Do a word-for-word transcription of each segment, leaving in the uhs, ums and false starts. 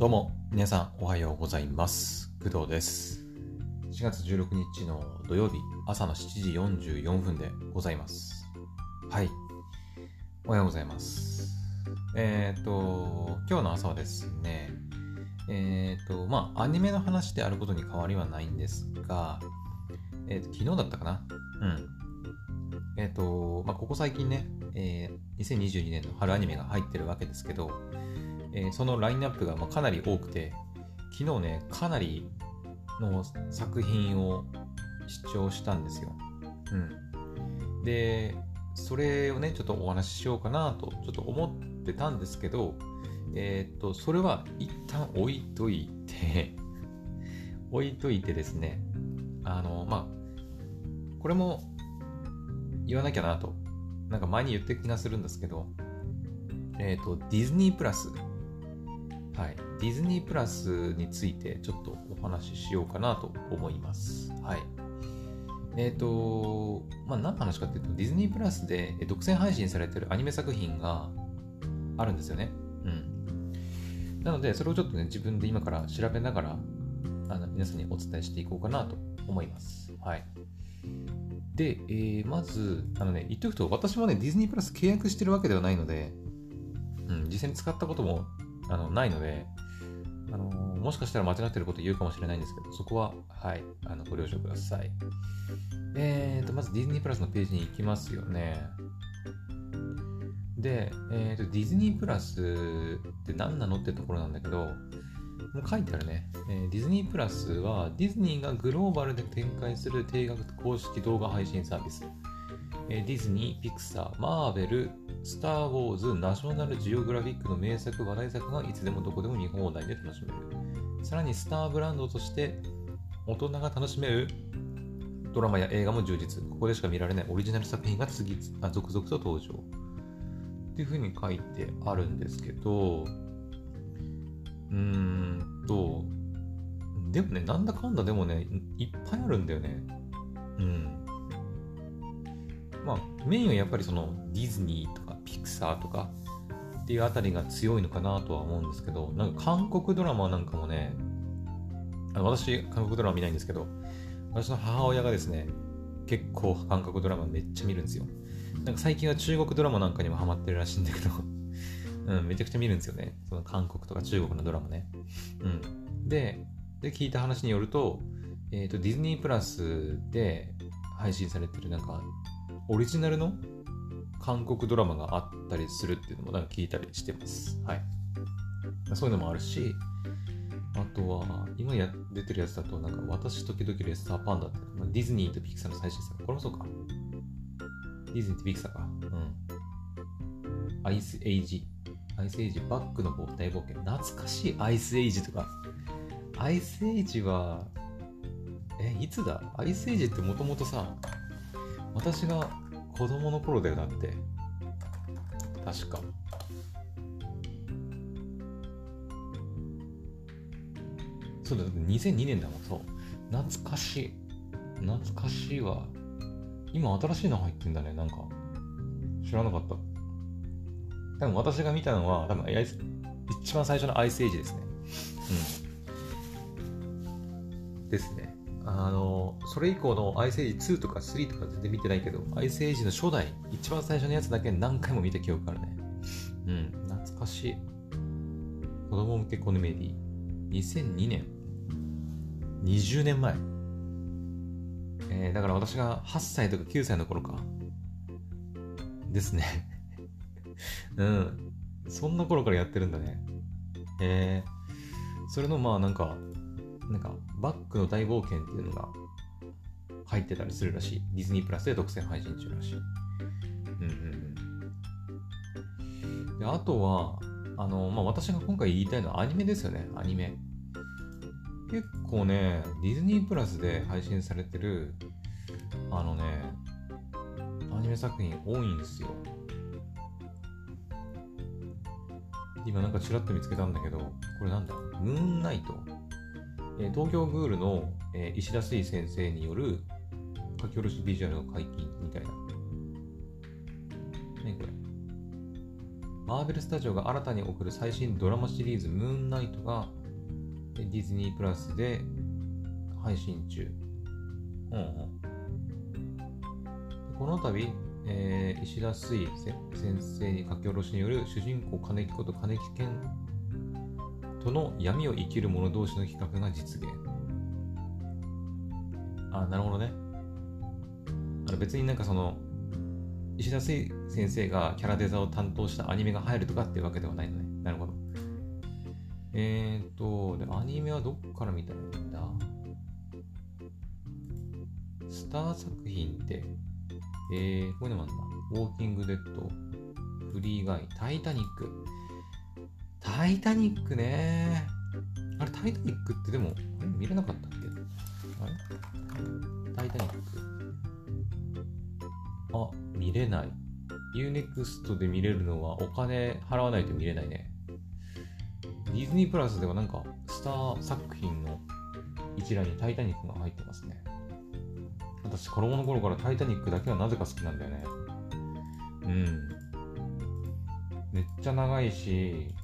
どうも皆さんおはようございます。工藤です。しがつじゅうろくにちの土曜日朝のしちじよんじゅうよんぷんでございます。はい、おはようございます。えっと今日の朝はですねえっとまあアニメの話であることに変わりはないんですが、えー、と昨日だったかなうんえっとまあここ最近ね、えー、にせんにじゅうにねんの春アニメが入ってるわけですけど、えー、そのラインナップがまあかなり多くて、昨日ねかなりの作品を視聴したんですよ。うん。で、それをねちょっとお話ししようかなとちょっと思ってたんですけど、えー、っとそれは一旦置いといて置いといてですね、あのまあこれも言わなきゃなと、なんか前に言ってる気がするんですけど、えー、っとディズニープラスはい、ディズニープラスについてちょっとお話ししようかなと思います。はい。えっ、ー、と、まあ何の話かっていうと、ディズニープラスで独占配信されてるアニメ作品があるんですよね。うん。なので、それをちょっとね、自分で今から調べながら、あの皆さんにお伝えしていこうかなと思います。はい。で、えー、まず、あのね、言っておくと、私もね、ディズニープラス契約してるわけではないので、うん、実際に使ったこともあのないので、あのー、もしかしたら間違ってること言うかもしれないんですけど、そこは、はい、あのご了承ください。えーと、まずディズニープラスのページに行きますよね。で、えーと、ディズニープラスって何なのってところなんだけど、もう書いてあるね。えー、ディズニープラスはディズニーがグローバルで展開する定額公式動画配信サービス。ディズニー、ピクサー、マーベル、スター・ウォーズ、ナショナルジオグラフィックの名作、話題作がいつでもどこでも見放題で楽しめる。さらにスターブランドとして大人が楽しめるドラマや映画も充実。ここでしか見られないオリジナル作品が次々続々と登場。っていう風に書いてあるんですけど、うーんと、でもね、なんだかんだでもね、いっぱいあるんだよね。うん。まあ、メインはやっぱりそのディズニーとかピクサーとかっていうあたりが強いのかなとは思うんですけど、なんか韓国ドラマなんかもね、あの私韓国ドラマ見ないんですけど、私の母親がですね、結構韓国ドラマめっちゃ見るんですよ。なんか最近は中国ドラマなんかにもハマってるらしいんだけどうん、めちゃくちゃ見るんですよね。その韓国とか中国のドラマね。うん。で、で聞いた話によると、えっと、ディズニープラスで配信されてるなんか、オリジナルの韓国ドラマがあったりするっていうのもなんか聞いたりしてます。はい。そういうのもあるし、あとは、今や出てるやつだと、なんか、私時々レッサーパンダって、ディズニーとピクサーの最新作。これもそうか。ディズニーとピクサーか。うん。アイスエイジ。アイスエイジ、バックの大冒険。懐かしいアイスエイジとか。アイスエイジは、え、いつだアイスエイジってもともとさ、私が子供の頃だよ、だって。確か。そうだ、にせんにねんだもん、そう。懐かしい。懐かしいわ。今新しいの入ってんだね、なんか。知らなかった。多分私が見たのは、多分一番最初のアイスエイジですね。うん。ですね。あのそれ以降のアイスエイジツーとかスリーとか全然見てないけど、アイスエイジの初代一番最初のやつだけ何回も見た記憶あるね。うん、懐かしい。子供向けコメディにせんにねん、にじゅうねんまえ、えー、だから私がはっさいとかきゅうさいの頃かですねうん、そんな頃からやってるんだね。えー、それのまあなんかなんかバックの大冒険っていうのが入ってたりするらしい。ディズニープラスで独占配信中らしい。うんうんうん。で、あとはあのまあ私が今回言いたいのはアニメですよね。アニメ。結構ね、ディズニープラスで配信されてるあのねアニメ作品多いんですよ。今なんかちらっと見つけたんだけど、これなんだムーンナイト。えー、東京グールの、えー、石田水先生による書き下ろしビジュアルの解禁みたいな。ね、これ。 マーベルスタジオが新たに送る最新ドラマシリーズムーンナイトがディズニープラスで配信中。うんうん、この度、えー、石田水先生に書き下ろしによる主人公金木こと金木健との闇を生きる者同士の企画が実現。あ、なるほどね。あの別になんかその石田水先生がキャラデザを担当したアニメが入るとかっていうわけではないのね。なるほど。えーと、で、アニメはどっから見たらいいんだ？スター作品って、えー、こういうのもあるんだ。ウォーキングデッド、フリーガイ、タイタニック。タイタニックねー。あれ、タイタニックってでも、あれ見れなかったっけ？あれタイタニック。あ、見れない。ユーネクスト で見れるのはお金払わないと見れないね。ディズニープラスではなんかスター作品の一覧にタイタニックが入ってますね。私子供の頃からタイタニックだけはなぜか好きなんだよね。うん。めっちゃ長いし、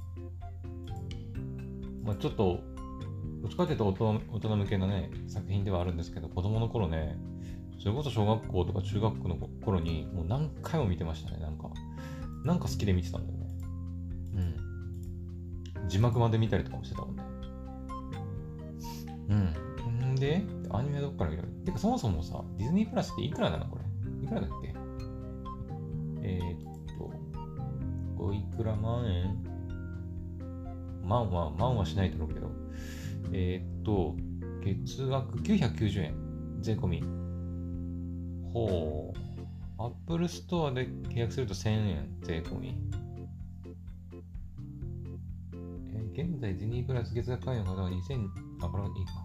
まあちょっとどっちかというと大人、大人向けのね作品ではあるんですけど、子供の頃ね、それこそ小学校とか中学校の頃にもう何回も見てましたね。なんかなんか好きで見てたんだよね。うん。字幕まで見たりとかもしてたもんね。うん。んで、アニメはどっから見る？てかそもそもさ、ディズニープラスっていくらなのこれ？いくらだっけ？えー、っと、おいくら万円？万は、万はしないと思うけど、えー、っと、月額きゅうひゃくきゅうじゅうえん、税込み。ほう。アップルストアで契約するとせんえん、税込み。えー、現在ディズニープラス月額会員の方はにせん、あ、これはいいか。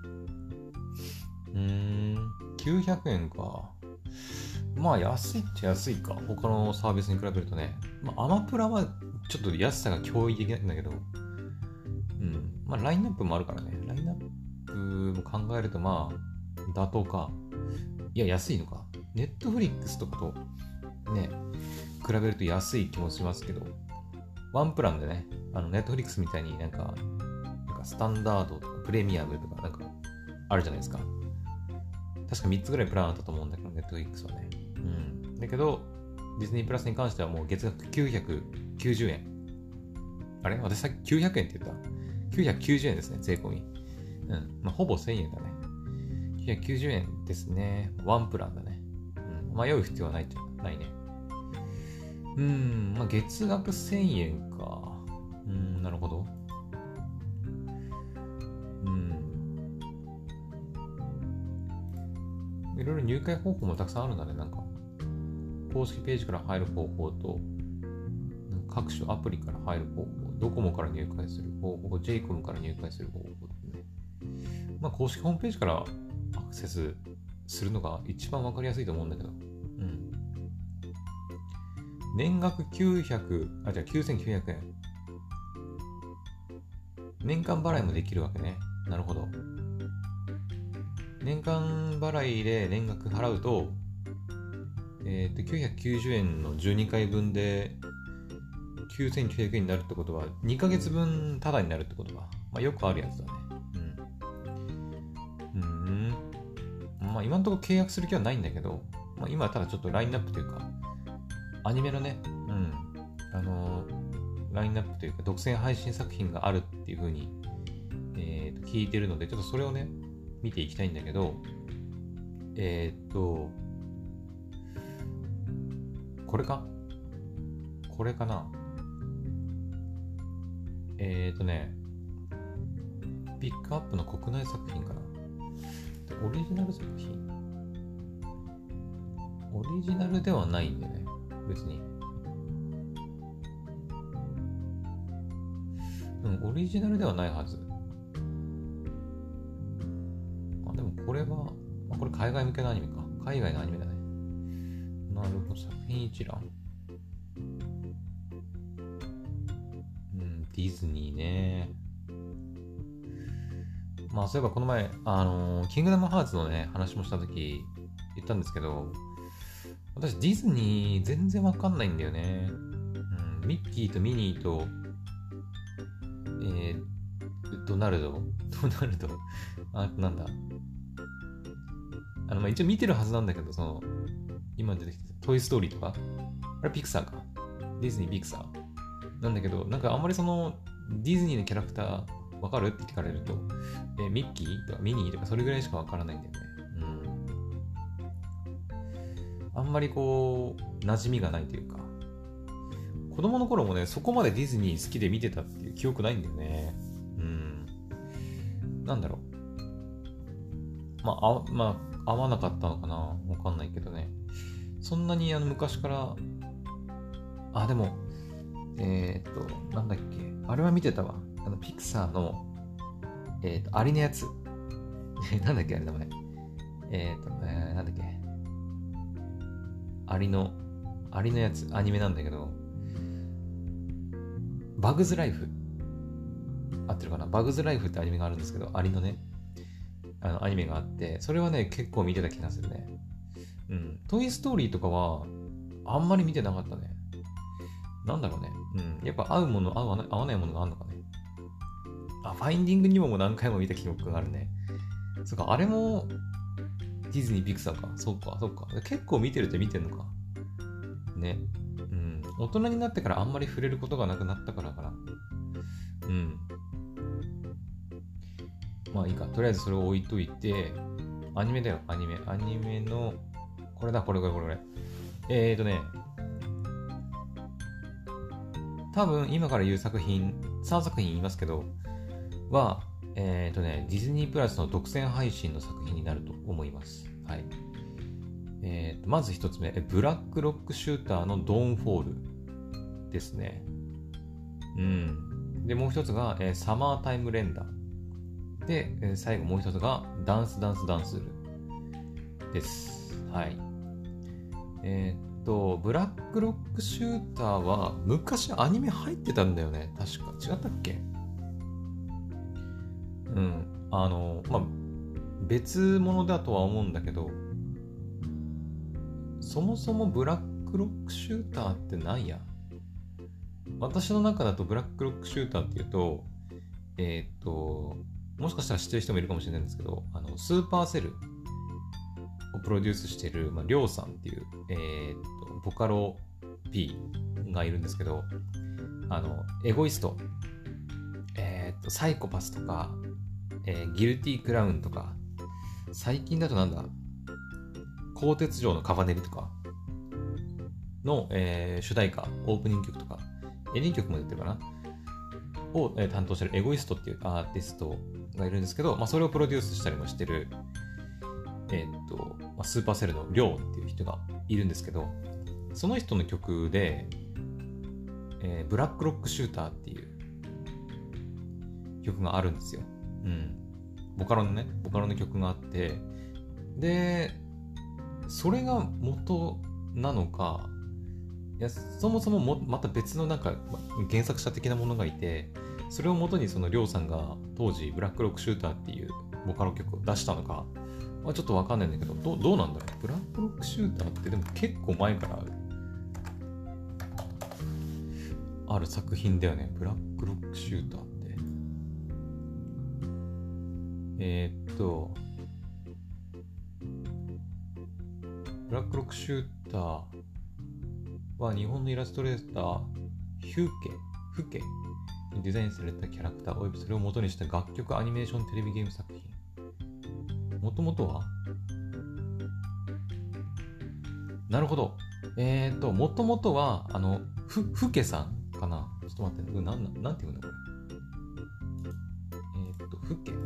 うーん、きゅうひゃくえんか。まあ安いっちゃ安いか。他のサービスに比べるとね。まあアマプラはちょっと安さが驚異的なんだけど、うん。まあラインナップもあるからね。ラインナップも考えるとまあ妥当か。いや安いのか。ネットフリックスとかとね、比べると安い気もしますけど、ワンプランでね、あのネットフリックスみたいになんか、なんかスタンダードとかプレミアムとかなんかあるじゃないですか。確かみっつぐらいプランあったと思うんだけど、ネットフリックスはね。うん。だけど、ディズニープラスに関してはもう月額きゅうひゃくきゅうじゅうえん。あれ私さっききゅうひゃくえんって言った ?きゅうひゃくきゅうじゅうえんですね、税込み。うん。まあ、ほぼせんえんだね。きゅうひゃくきゅうじゅうえんですね。ワンプランだね。うん。迷う必要はないってないね。うーん。まあ、月額せんえんか。うーん、なるほど。うん。いろいろ入会方法もたくさんあるんだね、なんか。公式ページから入る方法と、各種アプリから入る方法、ドコモから入会する方法、ジェイコム から入会する方法とね。まあ、公式ホームページからアクセスするのが一番わかりやすいと思うんだけど。うん。年額きゅうひゃく、あ、じゃあきゅうせんきゅうひゃくえん。年間払いもできるわけね。なるほど。年間払いで年額払うと、えっと、きゅうひゃくきゅうじゅうえんのじゅうにかいぶんできゅうせんきゅうひゃくえんになるってことは、にかげつぶんタダになるってことは、まあ、よくあるやつだね。うん。うん。まあ、今のところ契約する気はないんだけど、まあ、今はただちょっとラインナップというか、アニメのね、うん、あのー、ラインナップというか、独占配信作品があるっていう風に、えー、と聞いてるので、ちょっとそれをね、見ていきたいんだけど、えー、っと、これかこれかなえー、っとね、ピックアップの国内作品かなオリジナル作品オリジナルではないんだよね、別に。うん、オリジナルではないはず。あ、でもこれは、あ、これ海外向けのアニメか。海外のアニメだね。なるほど、作品一覧。うん、ディズニーね。まあ、そういえばこの前、あのー、キングダムハーツのね、話もしたとき言ったんですけど、私ディズニー全然わかんないんだよね。うん、 ミッキーとミニーと、えー、ドナルドドナルドあ、なんだあの、まあ、一応見てるはずなんだけど、その、今出てきたトイストーリーとか、あれピクサーか。ディズニーピクサー。なんだけど、なんかあんまりその、ディズニーのキャラクターわかるって聞かれると、えー、ミッキーとかミニーとかそれぐらいしかわからないんだよね。うん。あんまりこう、馴染みがないというか、子供の頃もね、そこまでディズニー好きで見てたっていう記憶ないんだよね。うん。なんだろう。まあ、あまあ、合わなかったのかなわかんないけどね。そんなにあの昔から、あ、でも、えー、っと、なんだっけ。あれは見てたわ。あの、ピクサーの、えー、っと、アリのやつ。なんだっけ、あれ名前。えー、っと、えー、なんだっけ。アリの、アリのやつ、アニメなんだけど、バグズライフ。合ってるかな？バグズライフってアニメがあるんですけど、アリのね、あのアニメがあって、それはね、結構見てた気がするね。うん。トイストーリーとかは、あんまり見てなかったね。なんだろうね。うん。やっぱ合うもの、合わない、合わないものがあるのかね。あ、ファインディングにもも何回も見た記憶があるね。そっか、あれも、ディズニーピクサーか。そっか、そっか。結構見てるって見てんのか。ね。うん。大人になってからあんまり触れることがなくなったからかな。うん。まあいいか。とりあえずそれを置いといて、アニメだよ、アニメ。アニメの、これだ、これこれこれこれ。えーとね、多分今から言う作品、さんさく品言いますけど、は、えーとね、ディズニープラスの独占配信の作品になると思います。はい。えーと、まず一つ目、ブラックロックシューターのドーンフォールですね。うん。で、もう一つが、えー、サマータイムレンダー。で、えー、最後もう一つが、ダンスダンスダンスルです。はい。えー、っと、ブラックロックシューターは昔アニメ入ってたんだよね。確か。違ったっけ？うん。あの、まあ、別物だとは思うんだけど、そもそもブラックロックシューターって何や？私の中だとブラックロックシューターっていうと、えー、っと、もしかしたら知ってる人もいるかもしれないんですけど、あの、スーパーセルをプロデュースしている、まあ、りょうさんっていう、えー、っと、ボカロ P がいるんですけど、あの、エゴイスト、えー、っと、サイコパスとか、えー、ギルティクラウンとか、最近だとなんだ、鋼鉄城のカバネリとかの、えー、主題歌、オープニング曲とか、エンディング曲も出てるかなを、えー、担当してるエゴイストっていうアーティストがいるんですけど、まあ、それをプロデュースしたりもしてる、えー、っと、まあ、スーパーセルのりょうっていう人がいるんですけど、その人の曲で、えー、ブラックロックシューターっていう曲があるんですよ。うん。ボカロのね、ボカロの曲があって、で、それが元なのか、いや、そもそももまた別のなんか原作者的なものがいて、それを元にそのりょうさんが当時ブラックロックシューターっていうボカロ曲を出したのか、まあ、ちょっとわかんないんだけど、どどうなんだろう。ブラックロックシューターってでも結構前からある。ある作品だよね。ブラックロックシューターって。えー、っと、ブラックロックシューターは日本のイラストレーター、ヒューケ、フケにデザインされたキャラクターおよびそれを元にした楽曲アニメーションテレビゲーム作品。もともとはなるほど。えー、っと、もともとは、あの、ふ、ふけさんかなちょっと待ってね。なん、なんて言うんだこれ。えー、っと、ふけ。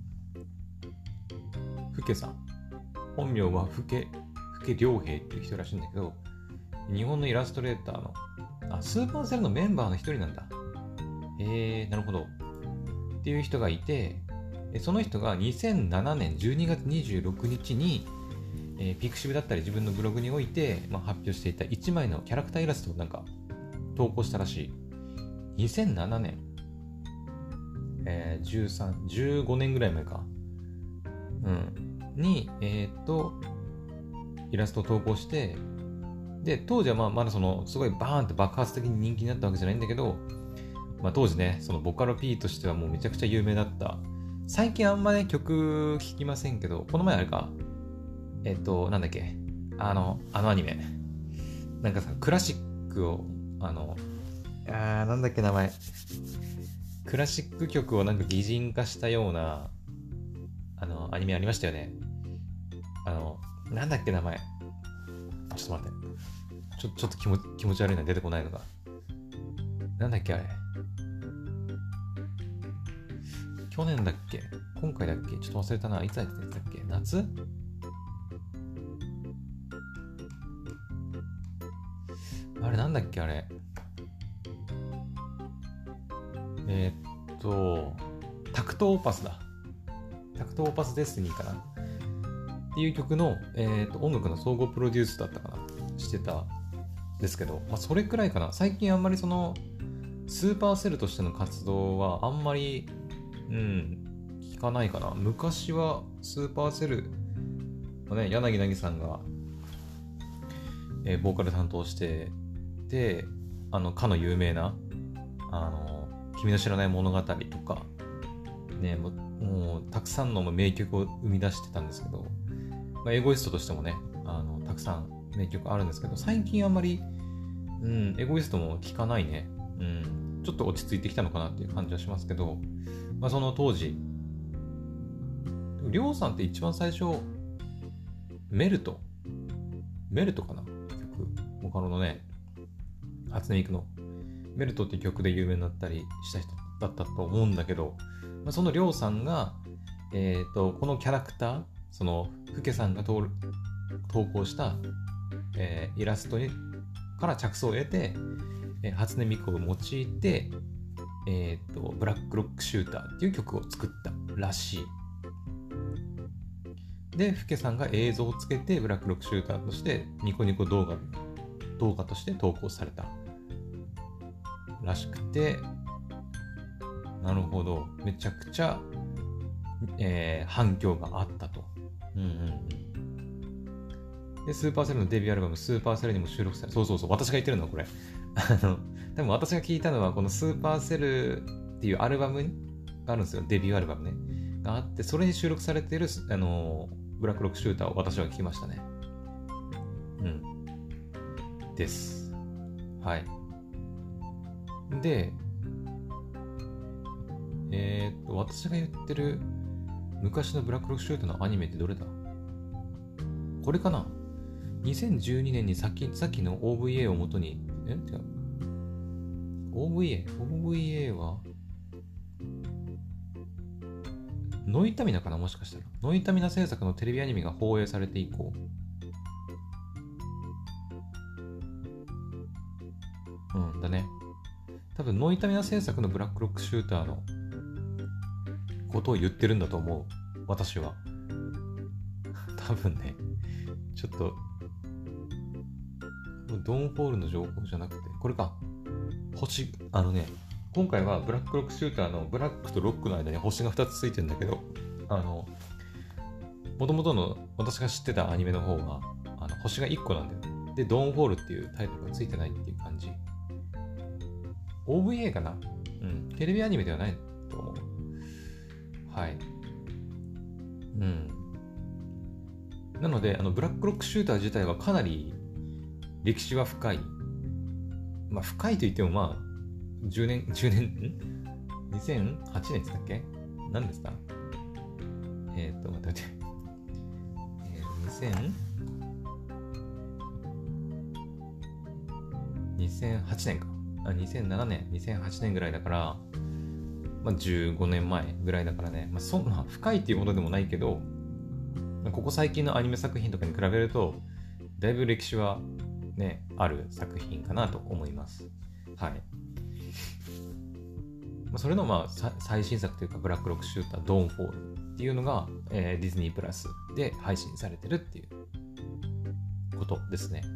ふけさん。本名はふけ、ふけりょうへいっていう人らしいんだけど、日本のイラストレーターの、あ、スーパーセルのメンバーの一人なんだ。えー、なるほど。っていう人がいて、その人がにせんななねんじゅうにがつにじゅうろくにちに、えー、ピクシブだったり自分のブログにおいて、まあ、発表していたいちまいのキャラクターイラストをなんか投稿したらしい。にせんななねん、えー、じゅうさん、じゅうごねんぐらい前か。うん。に、えー、っと、イラストを投稿して、 で、当時はまあまだその、すごいバーンって爆発的に人気になったわけじゃないんだけど、まあ当時ね、そのボカロ P としてはもうめちゃくちゃ有名だった。最近あんまね、曲聴きませんけど、この前あれか、えっと、なんだっけ、あの、あのアニメ。なんかさ、クラシックを、あの、あー、なんだっけ名前。クラシック曲をなんか擬人化したような、あの、アニメありましたよね。あの、なんだっけ名前。ちょっと待って。ちょ、ちょっと気持気持ち悪いな、出てこないのが。なんだっけあれ。去年だっけ今回だっけちょっと忘れたな。いつやってたんだっけ夏あれなんだっけあれ。えー、っと、タクトオーパスだ。タクトオーパスデスティニーかなっていう曲の、えー、っと音楽の総合プロデュースだったかなしてたんですけど、まあ、それくらいかな。最近あんまりそのスーパーセルとしての活動はあんまり、うん、聞かないかな。昔はスーパーセルのね、柳凪さんが、えー、ボーカル担当して、で、あの、かの有名な、あの、君の知らない物語とか、ね、もう、もうたくさんの名曲を生み出してたんですけど、まあ、エゴイストとしてもね、あの、たくさん名曲あるんですけど、最近あんまり、うん、エゴイストも聞かないね。うん、ちょっと落ち着いてきたのかなっていう感じはしますけど、まあ、その当時、りょうさんって一番最初、メルト、メルトかな曲、ボカロのね、初音ミクのメルトっていう曲で有名になったりした人だったと思うんだけど、まあ、そのりょうさんが、えーと、このキャラクター、そのフケさんが投稿した、えー、イラストにから着想を得て、えー、初音ミクを用いて、えーと、ブラックロックシューターっていう曲を作ったらしい。で、フケさんが映像をつけてブラックロックシューターとしてニコニコ動画動画として投稿されたらしくて、なるほど、めちゃくちゃ、えー、反響があったと。うんうんうん。で、スーパーセルのデビューアルバム、スーパーセルにも収録され、そうそうそう、私が言ってるのこれ。あの、多分私が聞いたのは、このスーパーセルっていうアルバムがあるんですよ、デビューアルバムね。があって、それに収録されている、あの、ブラックロックシューターを私は聞きましたね。うん。です。はい。で、えー、っと、私が言ってる昔のブラックロックシューターのアニメってどれだ？これかな？ にせんじゅうに 年にさっき、さっきの オーブイエー をもとに、え違う。オーブイエー、オーブイエー は、ノイタミナかなもしかしたら。ノイタミナ制作のテレビアニメが放映されて以降。うんだね。多分ノイタミナ制作のブラックロックシューターのことを言ってるんだと思う。私は。多分ね。ちょっと、ドンホールの情報じゃなくて、これか。星、あのね、今回はブラックロックシューターのブラックとロックの間に星がふたつついてるんだけど、あの、もともとの私が知ってたアニメの方は、あの星がいっこなんだよ。で、ドンホールっていうタイトルがついてないっていう感じ。オーブイエー かな？うん。テレビアニメではないと思う。はい。うん。なので、あの、ブラックロックシューター自体はかなり歴史は深い。まあ、深いと言っても、まあ、じゅうねん、じゅうねん、ん ?にせんはち 年って言ったっけ？何ですか？えーっと、待って待って。えー、にせん、にせんはちねんか。あ、にせんななねん、にせんはちねんぐらいだから、まあ、じゅうごねんまえぐらいだからね、まあ、そんな深いっていうほどでもないけど、ここ最近のアニメ作品とかに比べると、だいぶ歴史はね、ある作品かなと思います。はい。まあ、それのまあ最新作というか、ブラックロックシュータードーンフォールっていうのが、えー、ディズニープラスで配信されてるっていうことですね。うん。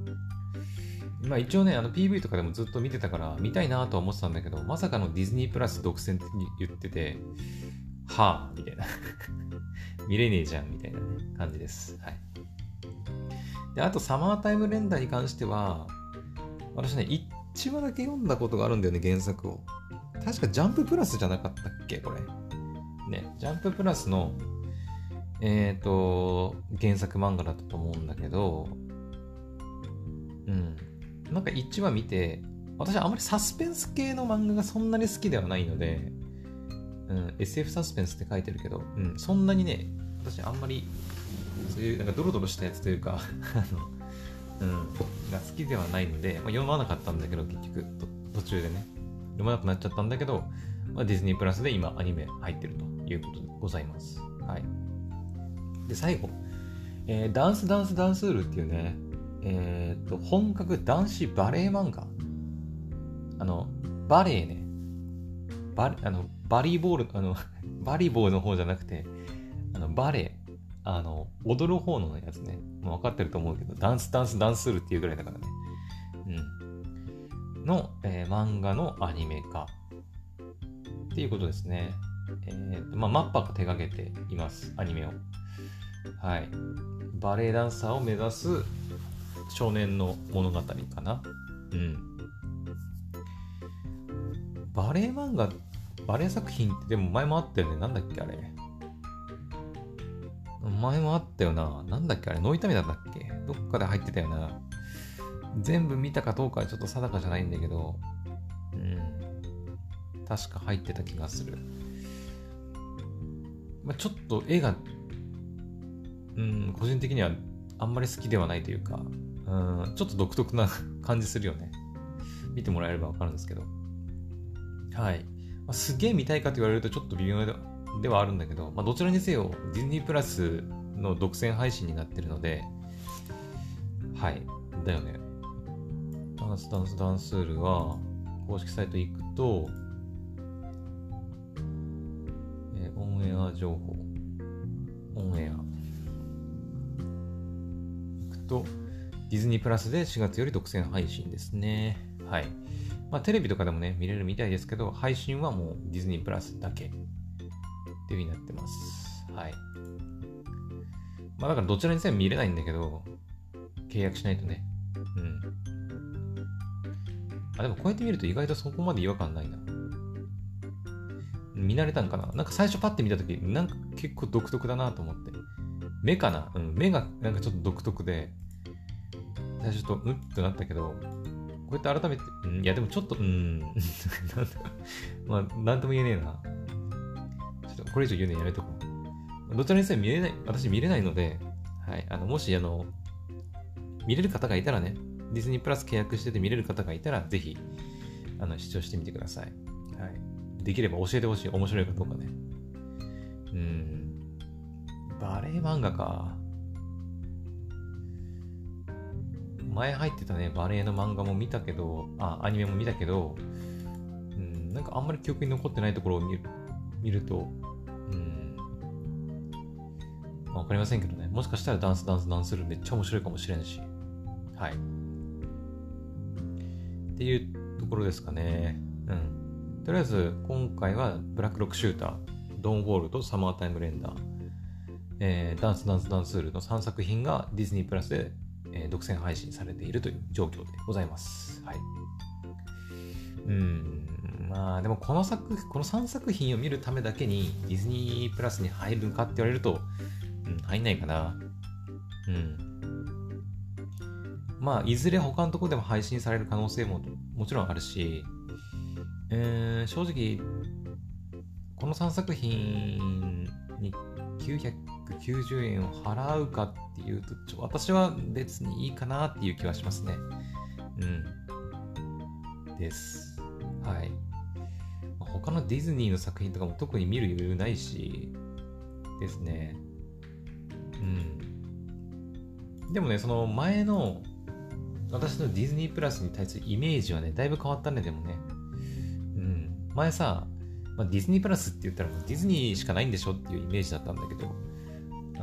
まあ一応ね、あの ピーブイ とかでもずっと見てたから見たいなとは思ってたんだけど、まさかのディズニープラス独占って言ってて、はぁみたいな見れねえじゃんみたいな、ね、感じです。はい。 で、あとサマータイム連打に関しては、私ね、いちわだけ読んだことがあるんだよね、原作を。確かジャンププラスじゃなかったっけ、これ。ね、ジャンププラスの、えっと、原作漫画だったと思うんだけど、うん。なんかいちわ見て、私はあまりサスペンス系の漫画がそんなに好きではないので、うん、エスエフ サスペンスって書いてるけど、うん、そんなにね、私あんまり、そういうなんかドロドロしたやつというか、あの、うん、が好きではないので、まあ、読まなかったんだけど、結局、途中でね、読まなくなっちゃったんだけど、まあ、ディズニープラスで今アニメ入ってるということでございます。はい。で、最後、えー、ダンスダンスダンスールっていうね、えー、っと、本格男子バレエ漫画。あの、バレエね。バレ、あの、バリーボール、あの、バリーボールの方じゃなくて、あの、バレエ。あの、踊る方のやつね。もう分かってると思うけど、ダンスダンスダンスールっていうぐらいだからね。うん。の、えー、漫画のアニメ化。っていうことですね。えーと、まあ、マッパが手掛けています。アニメを。はい。バレエダンサーを目指す少年の物語かな。うん。バレエ漫画、バレエ作品ってでも前もあったよね。なんだっけあれ。前もあったよな。なんだっけあれ。ノイタミだったっけ、どっかで入ってたよな。全部見たかどうかはちょっと定かじゃないんだけど、うん。確か入ってた気がする。まあ、ちょっと絵が、うん、個人的にはあんまり好きではないというか、うん、ちょっと独特な感じするよね。見てもらえればわかるんですけど。はい。まあ、すげえ見たいかと言われるとちょっと微妙ではあるんだけど、まあ、どちらにせよディズニープラスの独占配信になってるので、はい。だよね。ダンスダンスダンスールは公式サイト行くと、えー、オンエア情報。オンエア。行くと、ディズニープラスでしがつより独占配信ですね。はい。まあ、テレビとかでもね、見れるみたいですけど、配信はもうディズニープラスだけっていう風になってます。はい。まあ、だからどちらにせよ見れないんだけど、契約しないとね。うん。あ、でもこうやって見ると意外とそこまで違和感ないな。見慣れたんかな、なんか最初パッて見たとき、なんか結構独特だなと思って。目かな、うん、目がなんかちょっと独特で、最初ちょっと、うんってなったけど、こうやって改めて、うん、いやでもちょっと、うん、なんまあ、なんとも言えねえな。ちょっとこれ以上言うのやめとこう。どちらにせよ見れない、私見れないので、はい、あの、もし、あの、見れる方がいたらね、ディズニープラス契約してて見れる方がいたら、ぜひ、あの、視聴してみてください。はい。できれば教えてほしい。面白いかどうかね。うん。バレエ漫画か。前入ってたね、バレエの漫画も見たけど、あ、アニメも見たけど、うん、なんかあんまり記憶に残ってないところを見る見ると、うん、まあ、わかりませんけどね。もしかしたらダンスダンスダンスるめっちゃ面白いかもしれんし。はい。っていうところですかね。うん。とりあえず、今回はブラックロックシューター、ドンウォールとサマータイムレンダー、えー、ダンスダンスダンスールのさんさく品がディズニープラスで、えー、独占配信されているという状況でございます。はい。うーん、まあでもこの作、このさんさく品を見るためだけにディズニープラスに入るかって言われると、うん、入んないかな。うん。まあ、いずれ他のところでも配信される可能性ももちろんあるし、えー、正直、このさんさく品にきゅうひゃくきゅうじゅうえんを払うかっていうと、ちょ私は別にいいかなっていう気はしますね。うん。です。はい。他のディズニーの作品とかも特に見る余裕ないし、ですね。うん。でもね、その前の私のディズニープラスに対するイメージはね、だいぶ変わったね、でもね。うん。前さ、まあ、ディズニープラスって言ったらもうディズニーしかないんでしょっていうイメージだったんだけど、うん。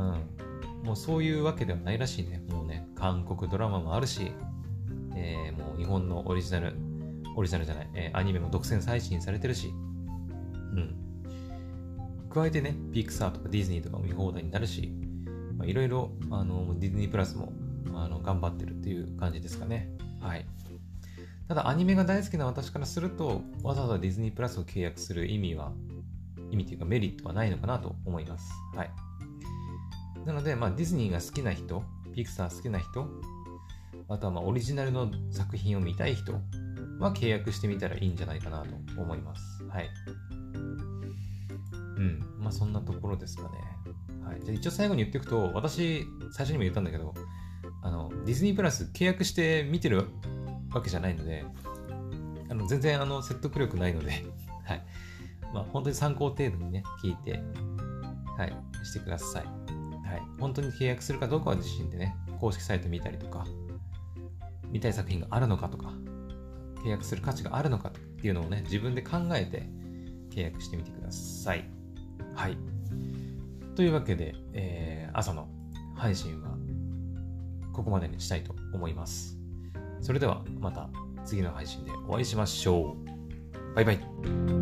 もうそういうわけではないらしいね。もうね、韓国ドラマもあるし、えー、もう日本のオリジナル、オリジナルじゃない、えー、アニメも独占配信されてるし、うん。加えてね、ピクサーとかディズニーとかも見放題になるし、いろいろ、あの、ディズニープラスもあの頑張ってるっていう感じですかね。はい。ただアニメが大好きな私からすると、わざわざディズニープラスを契約する意味は、意味というかメリットはないのかなと思います。はい。なので、まあ、ディズニーが好きな人、ピクサー好きな人、あとはまあオリジナルの作品を見たい人は契約してみたらいいんじゃないかなと思います。はい。うん。まあそんなところですかね。はい。じゃあ一応最後に言っておくと、私、最初にも言ったんだけど、あの、ディズニープラス契約して見てるわけじゃないので、あの全然あの説得力ないので、はい。まあ本当に参考程度にね、聞いて、はい、してください。はい。本当に契約するかどうかは自身でね、公式サイト見たりとか、見たい作品があるのかとか、契約する価値があるのかっていうのをね、自分で考えて契約してみてください。はい。というわけで、えー、朝の配信はここまでにしたいと思います。それではまた次の配信でお会いしましょう。バイバイ。